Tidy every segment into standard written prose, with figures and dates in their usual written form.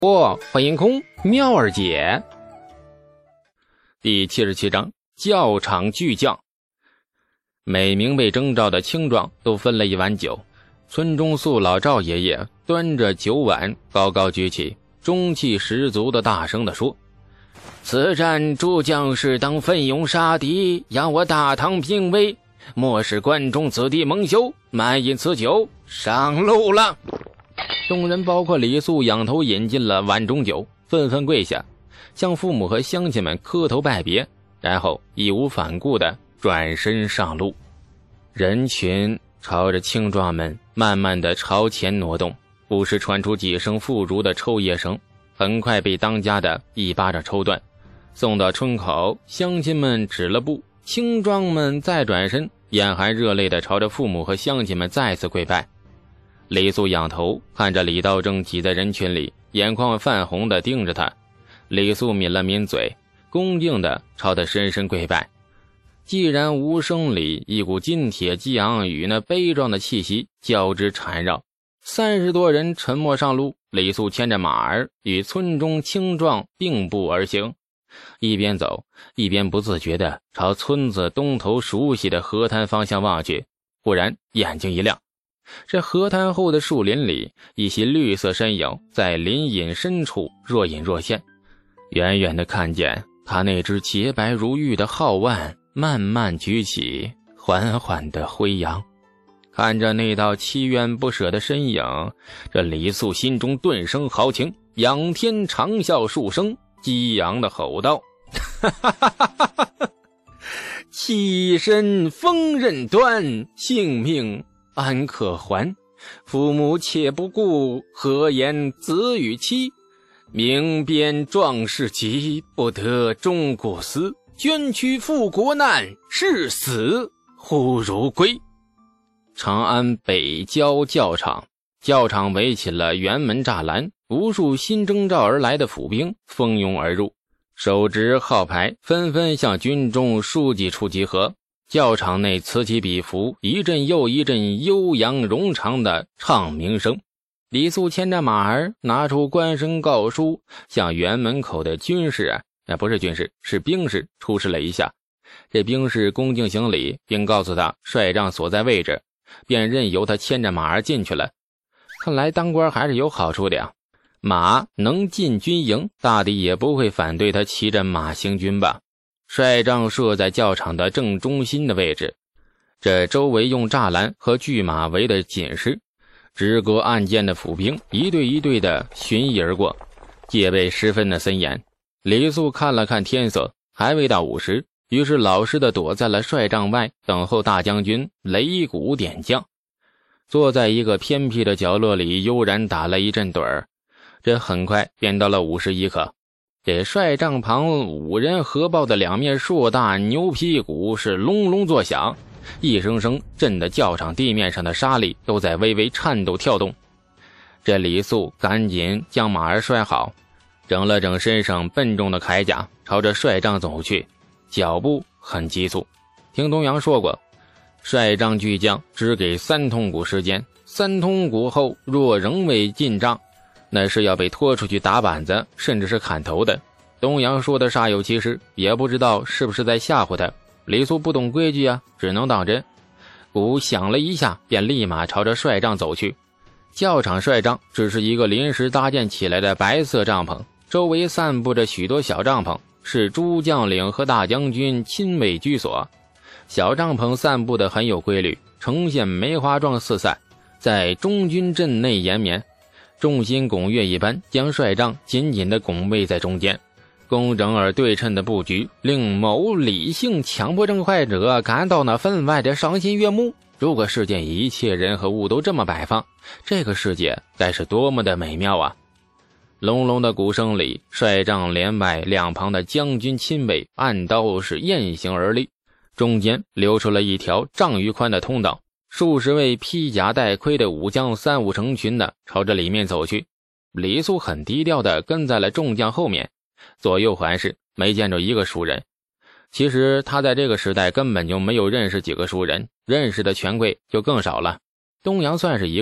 欢迎空妙儿姐。第77章教场巨匠。每名被征召的青壮都分了一碗酒，村中宿老赵爷爷端着酒碗高高举起，中气十足的大声地说：此战诸将士当奋勇杀敌，扬我大唐兵威，莫使关中子弟蒙羞，满饮此酒，上路了。众人包括李素仰头饮尽了碗中酒，纷纷跪下，向父母和乡亲们磕头拜别，然后义无反顾地转身上路。人群朝着青壮们慢慢地朝前挪动，不时传出几声妇孺的抽噎声，很快被当家的一巴掌抽断，送到村口。乡亲们止了步，青壮们再转身，眼含热泪地朝着父母和乡亲们再次跪拜。李素仰头看着李道正挤在人群里，眼眶泛红地盯着他。李素抿了抿嘴，恭敬地朝他深深跪拜。既然无声里一股金铁激昂与那悲壮的气息交织缠绕，30多人沉默上路。李素牵着马儿与村中青壮并步而行，一边走一边不自觉地朝村子东头熟悉的河滩方向望去，忽然眼睛一亮，这河滩后的树林里，一些绿色身影在林隐深处若隐若现，远远地看见他那只洁白如玉的皓腕慢慢举起，缓缓地挥扬。看着那道凄怨不舍的身影，这李素心中顿生豪情，仰天长啸数声，激昂地吼道：弃身锋刃断，性命安可还？父母且不顾，何言子与妻？明鞭壮士急，不得终国思。捐躯赴国难，是死忽如归。长安北郊教场，教场围起了辕门栅栏，无数新征召而来的府兵蜂拥而入，手执号牌，纷纷向军中书记处集合。教场内此起彼伏，一阵又一阵悠扬冗长的唱鸣声。李素牵着马儿，拿出官声告书，向辕门口的军士不是军士，是兵士出示了一下。这兵士恭敬行礼，并告诉他帅帐所在位置，便任由他牵着马儿进去了。看来当官还是有好处的呀，马能进军营，大抵也不会反对他骑着马行军吧。帅帐设在教场的正中心的位置，这周围用栅栏和巨马围得紧实，直戈暗箭的府兵一队一队的巡弋而过，戒备十分的森严。李素看了看天色，还未到午时，于是老实的躲在了帅帐外，等候大将军擂鼓点将。坐在一个偏僻的角落里，悠然打了一阵盹儿。这很快便到了午时一刻，这帅帐旁5人合抱的两面硕大牛皮鼓是隆隆作响，一声声震得教场地面上的沙砾都在微微颤抖跳动。这李素赶紧将马儿拴好，整了整身上笨重的铠甲，朝着帅帐走去，脚步很急促。听东阳说过，帅帐巨匠只给3通鼓时间，3通鼓后若仍未进帐，那是要被拖出去打板子，甚至是砍头的。东阳说的煞有其事，也不知道是不是在吓唬他。李素不懂规矩只能当真。鼓响了一下，便立马朝着帅帐走去。教场帅帐只是一个临时搭建起来的白色帐篷，周围散布着许多小帐篷，是诸将领和大将军亲卫居所。小帐篷散布的很有规律，呈现梅花状四散，在中军阵内延绵，众星拱月一般，将帅帐紧紧地拱卫在中间。工整而对称的布局令某理性强迫症患者感到那分外的赏心悦目。如果世间一切人和物都这么摆放，这个世界该是多么的美妙啊！隆隆的鼓声里，帅帐连外两旁的将军亲卫按刀是雁行而立，中间留出了一条丈余宽的通道，数十位披甲戴盔的武将三五成群的朝着里面走去。李素很低调的跟在了众将后面，左右环视，没见着一个熟人。其实他在这个时代根本就没有认识几个熟人，认识的权贵就更少了。东阳算是一个，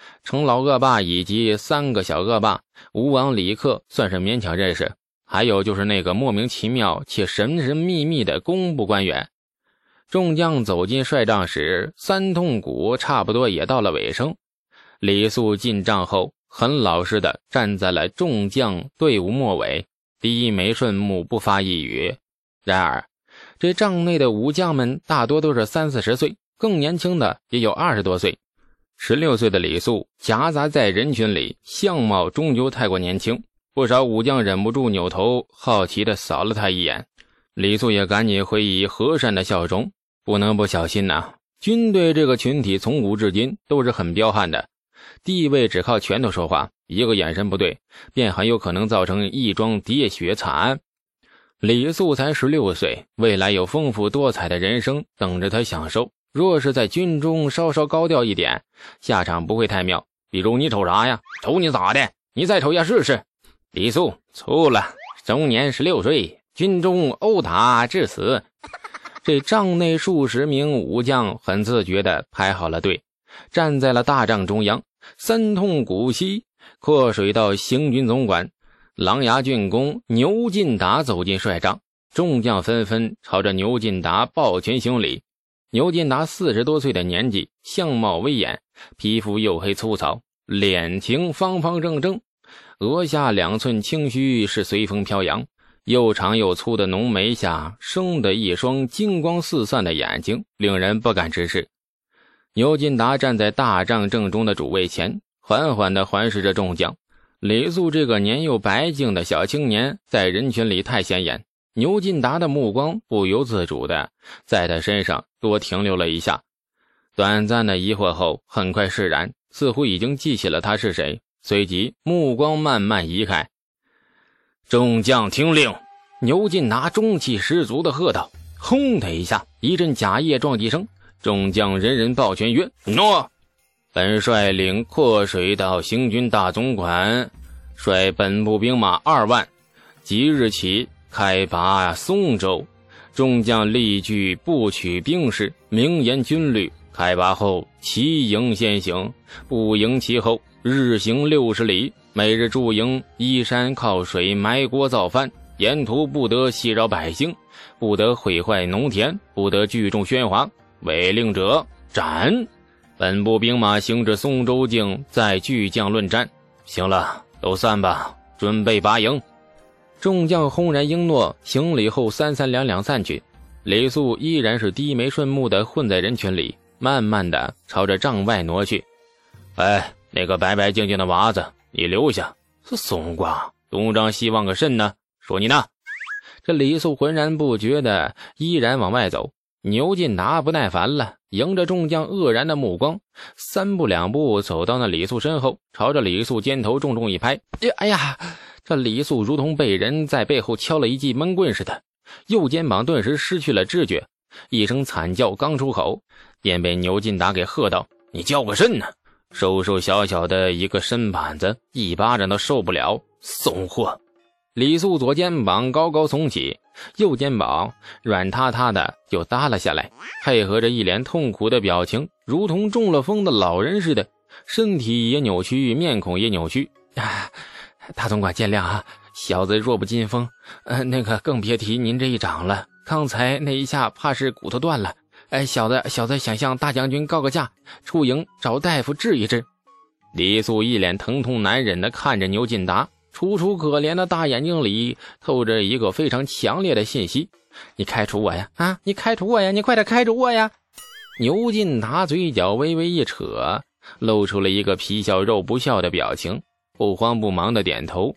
程老恶霸以及3个小恶霸吴王李克算是勉强认识，还有就是那个莫名其妙且神神秘秘的工部官员。众将走进帅帐时，三通鼓差不多也到了尾声。李肃进帐后很老实的站在了众将队伍末尾，第一枚顺目不发一语。然而这帐内的武将们大多都是30-40岁，更年轻的也有20多岁。16岁的李肃夹杂在人群里，相貌终究太过年轻，不少武将忍不住扭头好奇地扫了他一眼。李肃也赶紧回以和善的笑容，不能不小心呐。军队这个群体从古至今都是很彪悍的，地位只靠拳头说话，一个眼神不对便很有可能造成一桩喋血惨案。李肃才16岁，未来有丰富多彩的人生等着他享受，若是在军中稍稍高调一点，下场不会太妙。比如你瞅啥呀？瞅你咋的？你再瞅下试试。李肃错了，终年16岁，军中殴打致死。这帐内数十名武将很自觉地排好了队，站在了大帐中央。三通鼓息，阔水道行军总管琅琊郡公牛进达走进帅帐，众将纷纷朝着牛进达抱拳行礼。牛进达40多岁的年纪，相貌威严，皮肤黝黑粗糙，脸型方方正正，额下2寸青须是随风飘扬，又长又粗的浓眉下生的一双金光四散的眼睛，令人不敢直视。牛进达站在大帐正中的主位前，缓缓地环视着众将。李肃这个年幼白净的小青年在人群里太显眼，牛进达的目光不由自主地在他身上多停留了一下。短暂的疑惑后，很快释然，似乎已经记起了他是谁，随即目光慢慢移开。众将听令！牛进达中气十足地喝道。轰的一下，一阵甲叶撞击声，众将人人抱拳曰：诺！本率领阔水道行军大总管，率本部兵马2万，即日起开拔松州。众将力据不取兵士，明言军律。开拔后，骑营先行，步营其后，日行60里，每日驻营依山靠水，埋锅造饭，沿途不得袭扰百姓，不得毁坏农田，不得聚众喧哗，违令者斩。本部兵马行至松州境，再聚将论战。行了，都散吧，准备拔营。众将轰然应诺，行礼后三三两两散去。李肃依然是低眉顺目的混在人群里，慢慢的朝着帐外挪去。哎，那个白白净净的娃子你留下。怂瓜，东张西望个甚呢？说你呢？这李肃浑然不觉的依然往外走。牛进达不耐烦了，迎着众将愕然的目光，3步2步走到那李肃身后，朝着李肃肩头重重一拍。哎呀，这李肃如同被人在背后敲了一记闷棍似的，右肩膀顿时失去了知觉，一声惨叫刚出口，便被牛进达给喝道：你叫个甚呢？瘦瘦小小的一个身板子，一巴掌都受不了，怂货！李肃左肩膀高高耸起，右肩膀软塌塌的就耷了下来，配合着一脸痛苦的表情，如同中了风的老人似的，身体也扭曲，面孔也扭曲。大总管见谅啊，小子弱不禁风，那个更别提您这一掌了，刚才那一下怕是骨头断了。小子想向大将军告个假，出营找大夫治一治。李肃一脸疼痛难忍地看着牛进达，楚楚可怜的大眼睛里透着一个非常强烈的信息：你开除我呀！你开除我呀！你快点开除我呀！牛进达嘴角微微一扯，露出了一个皮笑肉不笑的表情，不慌不忙的点头。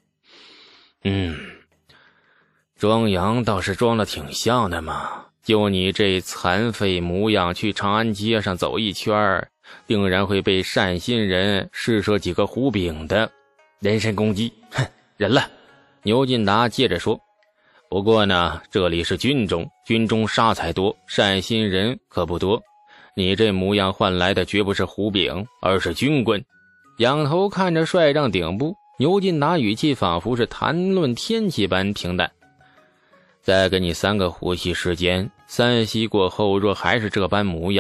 装洋倒是装的挺像的嘛，就你这残废模样去长安街上走一圈，定然会被善心人施舍几个胡饼的。人身攻击，忍了。牛进达接着说，不过呢，这里是军中，军中杀财多，善心人可不多，你这模样换来的绝不是胡饼，而是军棍。仰头看着帅帐顶部，牛进达语气仿佛是谈论天气般平淡。再给你3个呼吸时间，3息过后若还是这般模样，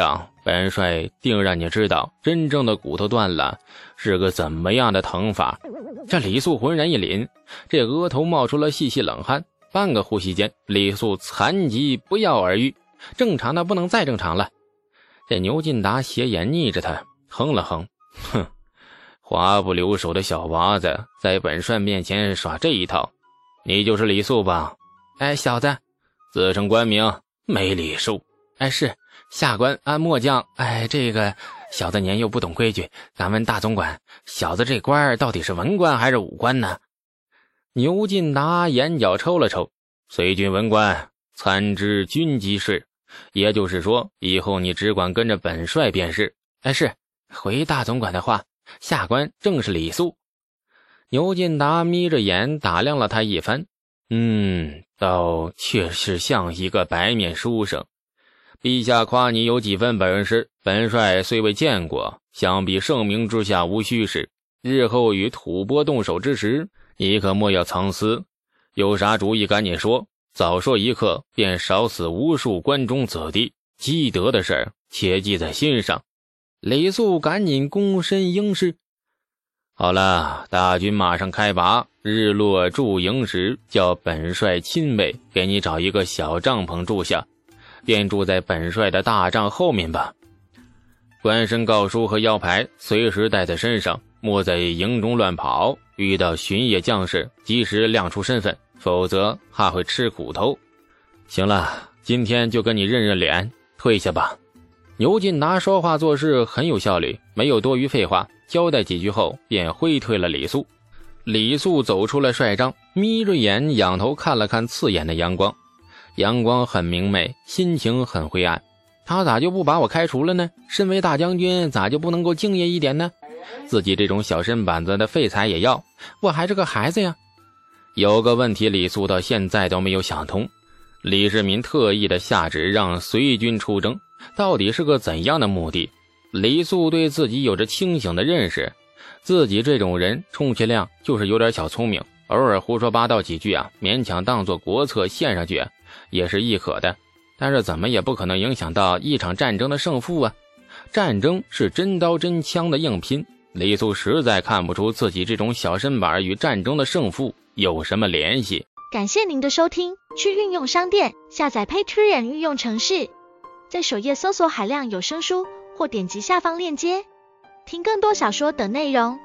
本帅定让你知道真正的骨头断了是个怎么样的疼法。这李素浑然一凛，这额头冒出了细细冷汗，半个呼吸间，李素残疾不药而愈，正常的不能再正常了。这牛进达斜眼睨着他，哼了哼，哼，滑不留手的小娃子，在本帅面前耍这一套。你就是李素吧？哎，小子，自称官名，没礼数。哎，是下官末将。哎，这个小子年幼不懂规矩，敢问大总管，小子这官到底是文官还是武官呢？牛进达眼角抽了抽，随军文官，参知军机事，也就是说以后你只管跟着本帅便是。哎，是，回大总管的话，下官正是李素。牛进达眯着眼打量了他一番，倒确实像一个白面书生。陛下夸你有几分本事，本帅虽未见过，想必盛名之下无虚实。日后与吐蕃动手之时，你可莫要藏私，有啥主意赶紧说，早说一刻，便少死无数关中子弟。积德的事切记在心上。李素赶紧躬身应是。好了，大军马上开拔，日落驻营时，叫本帅亲卫给你找一个小帐篷住下，便住在本帅的大帐后面吧。官身告书和腰牌随时带在身上，莫在营中乱跑，遇到巡夜将士及时亮出身份，否则怕会吃苦头。行了，今天就跟你认认脸，退下吧。牛进达说话做事很有效率，没有多余废话，交代几句后便挥退了李素。李素走出了帅帐，眯着眼仰头看了看刺眼的阳光，阳光很明媚，心情很灰暗。他咋就不把我开除了呢？身为大将军，咋就不能够敬业一点呢？自己这种小身板子的废材也要，我还是个孩子呀。有个问题李素到现在都没有想通，李世民特意的下旨让随军出征，到底是个怎样的目的？李素对自己有着清醒的认识，自己这种人充其量就是有点小聪明，偶尔胡说八道几句勉强当作国策献上去也是亦可的，但是怎么也不可能影响到一场战争的胜负战争是真刀真枪的硬拼，李素实在看不出自己这种小身板与战争的胜负有什么联系。 感谢您的收听，去运用商店下载 Patreon 运用程式，在首页搜索海量有声书，或点击下方链接听更多小说等内容。